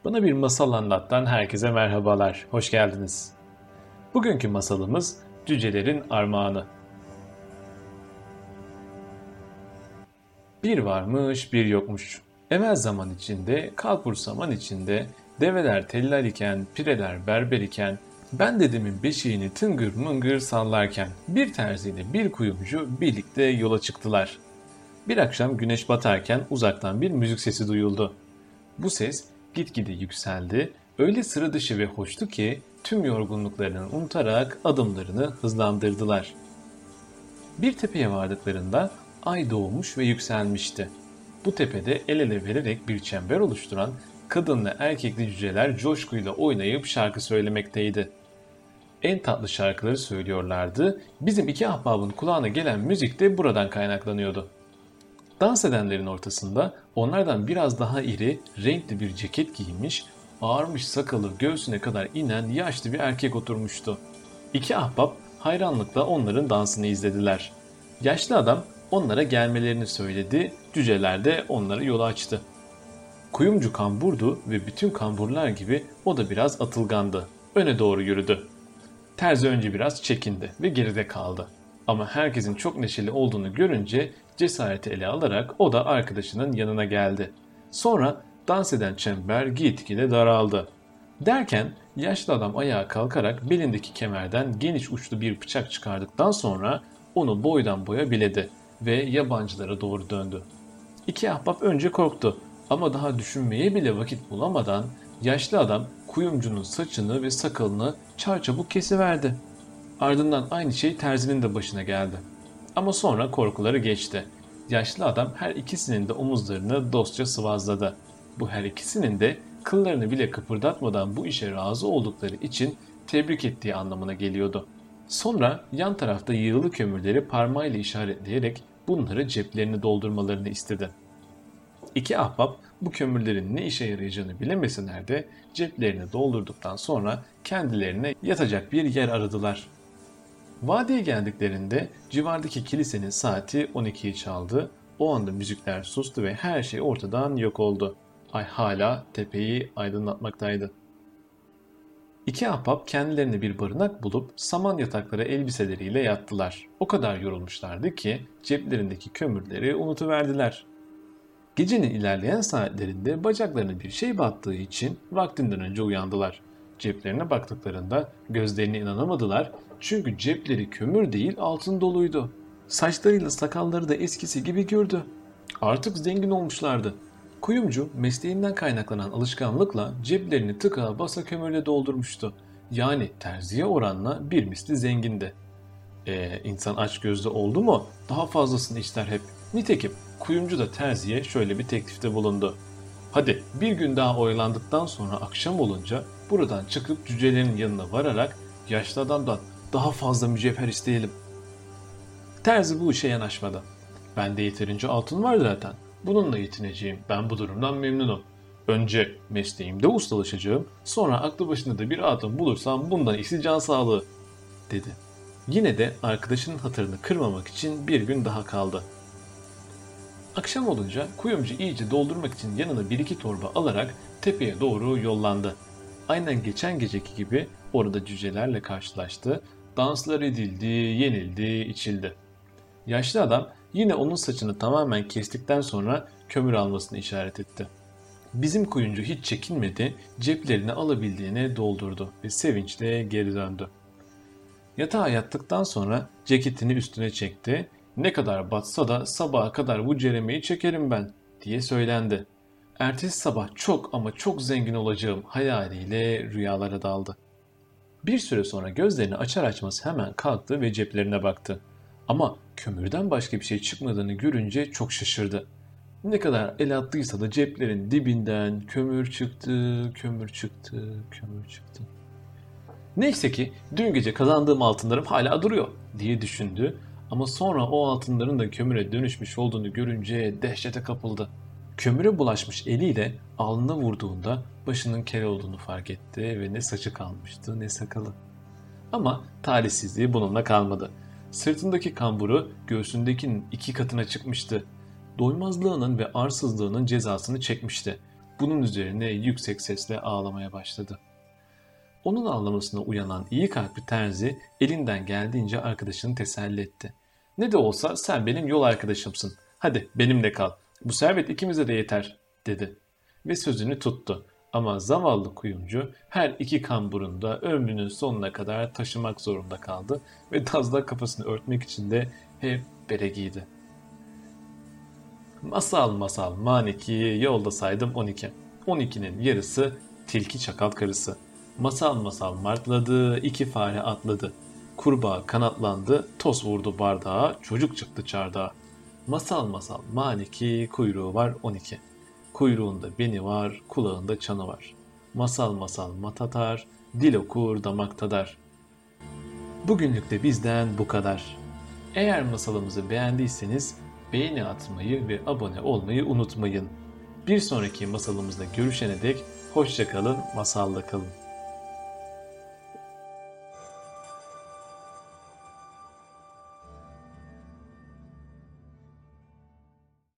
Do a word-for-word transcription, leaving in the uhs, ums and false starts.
Bana bir masal anlattan herkese merhabalar, hoş geldiniz. Bugünkü masalımız Cücelerin Armağanı. Bir varmış, bir yokmuş. Evvel zaman içinde, kalbur saman içinde, develer teller iken, pireler berber iken, ben dedemin beşiğini tıngır mıngır sallarken, bir terziyle bir kuyumcu birlikte yola çıktılar. Bir akşam güneş batarken uzaktan bir müzik sesi duyuldu. Bu ses gitgide yükseldi, öyle sıra dışı ve hoştu ki tüm yorgunluklarını unutarak adımlarını hızlandırdılar. Bir tepeye vardıklarında ay doğmuş ve yükselmişti. Bu tepede el ele vererek bir çember oluşturan kadınla erkekli cüceler coşkuyla oynayıp şarkı söylemekteydi. En tatlı şarkıları söylüyorlardı, bizim iki ahbabın kulağına gelen müzik de buradan kaynaklanıyordu. Dans edenlerin ortasında onlardan biraz daha iri, renkli bir ceket giymiş, ağarmış sakalı göğsüne kadar inen yaşlı bir erkek oturmuştu. İki ahbap hayranlıkla onların dansını izlediler. Yaşlı adam onlara gelmelerini söyledi, cüceler de onlara yolu açtı. Kuyumcu kamburdu ve bütün kamburlar gibi o da biraz atılgandı. Öne doğru yürüdü. Terzi önce biraz çekindi ve geride kaldı. Ama herkesin çok neşeli olduğunu görünce cesareti ele alarak o da arkadaşının yanına geldi. Sonra dans eden çember gitgide daraldı. Derken yaşlı adam ayağa kalkarak belindeki kemerden geniş uçlu bir bıçak çıkardıktan sonra onu boydan boya biledi ve yabancılara doğru döndü. İki ahbap önce korktu ama daha düşünmeye bile vakit bulamadan yaşlı adam kuyumcunun saçını ve sakalını çarçabuk kesiverdi. Ardından aynı şey terzinin de başına geldi. Ama sonra korkuları geçti. Yaşlı adam her ikisinin de omuzlarını dostça sıvazladı. Bu her ikisinin de kıllarını bile kıpırdatmadan bu işe razı oldukları için tebrik ettiği anlamına geliyordu. Sonra yan tarafta yığılı kömürleri parmağıyla işaretleyerek bunları ceplerini doldurmalarını istedi. İki ahbap bu kömürlerin ne işe yarayacağını bilemeseler de ceplerini doldurduktan sonra kendilerine yatacak bir yer aradılar. Vadiye geldiklerinde civardaki kilisenin saati on ikiyi çaldı. O anda müzikler sustu ve her şey ortadan yok oldu. Ay hala tepeyi aydınlatmaktaydı. İki ahbap kendilerine bir barınak bulup saman yataklara elbiseleriyle yattılar. O kadar yorulmuşlardı ki ceplerindeki kömürleri unutuverdiler. Gecenin ilerleyen saatlerinde bacaklarına bir şey battığı için vaktinden önce uyandılar. Ceplerine baktıklarında gözlerine inanamadılar çünkü cepleri kömür değil altın doluydu. Saçlarıyla sakalları da eskisi gibi gürdü. Artık zengin olmuşlardı. Kuyumcu mesleğinden kaynaklanan alışkanlıkla ceplerini tıka basa kömürle doldurmuştu. Yani terziye oranla bir misli zengindi. Ee, insan açgözlü oldu mu daha fazlasını ister hep. Nitekim kuyumcu da terziye şöyle bir teklifte bulundu. Hadi bir gün daha oyalandıktan sonra akşam olunca buradan çıkıp cücelerin yanına vararak yaşlı adamdan daha fazla mücevher isteyelim. Terzi bu işe yanaşmadı. Bende yeterince altın var zaten. Bununla yetineceğim. Ben bu durumdan memnunum. Önce mesleğimde ustalaşacağım. Sonra aklı başında da bir hatun bulursam bundan iyisi can sağlığı dedi. Yine de arkadaşının hatırını kırmamak için bir gün daha kaldı. Akşam olunca kuyumcu iyice doldurmak için yanına bir iki torba alarak tepeye doğru yollandı. Aynen geçen geceki gibi orada cücelerle karşılaştı. Danslar edildi, yenildi, içildi. Yaşlı adam yine onun saçını tamamen kestikten sonra kömür almasını işaret etti. Bizim kuyumcu hiç çekinmedi, ceplerini alabildiğine doldurdu ve sevinçle geri döndü. Yatağa yattıktan sonra ceketini üstüne çekti. Ne kadar batsa da sabaha kadar bu ceremeyi çekerim ben diye söylendi. Ertesi sabah çok ama çok zengin olacağım hayaliyle rüyalara daldı. Bir süre sonra gözlerini açar açmaz hemen kalktı ve ceplerine baktı. Ama kömürden başka bir şey çıkmadığını görünce çok şaşırdı. Ne kadar el attıysa da ceplerin dibinden kömür çıktı, kömür çıktı, kömür çıktı. Neyse ki dün gece kazandığım altınlarım hala duruyor diye düşündü ama sonra o altınların da kömüre dönüşmüş olduğunu görünce dehşete kapıldı. Kömüre bulaşmış eliyle alnına vurduğunda başının kel olduğunu fark etti ve ne saçı kalmıştı ne sakalı. Ama talihsizliği bununla kalmadı. Sırtındaki kamburu göğsündekinin iki katına çıkmıştı. Doymazlığının ve arsızlığının cezasını çekmişti. Bunun üzerine yüksek sesle ağlamaya başladı. Onun ağlamasına uyanan iyi kalpli terzi elinden geldiğince arkadaşını teselli etti. Ne de olsa sen benim yol arkadaşımsın. Hadi benimle kal. Bu servet ikimize de yeter dedi. Ve sözünü tuttu. Ama zavallı kuyumcu her iki kamburunu da ömrünün sonuna kadar taşımak zorunda kaldı ve tazla kafasını örtmek için de hep bere giydi. Masal masal maniki yolda saydım on iki. on ikinin yarısı tilki çakal karısı. Masal masal martladı, iki fare atladı. Kurbağa kanatlandı, toz vurdu bardağa, çocuk çıktı çardağa. Masal masal maniki kuyruğu var on iki. Kuyruğunda beni var, kulağında çanı var. Masal masal matatar, dil okur damak tadar. Bugünlük de bizden bu kadar. Eğer masalımızı beğendiyseniz beğeni atmayı ve abone olmayı unutmayın. Bir sonraki masalımızda görüşene dek hoşça kalın, masalla kalın.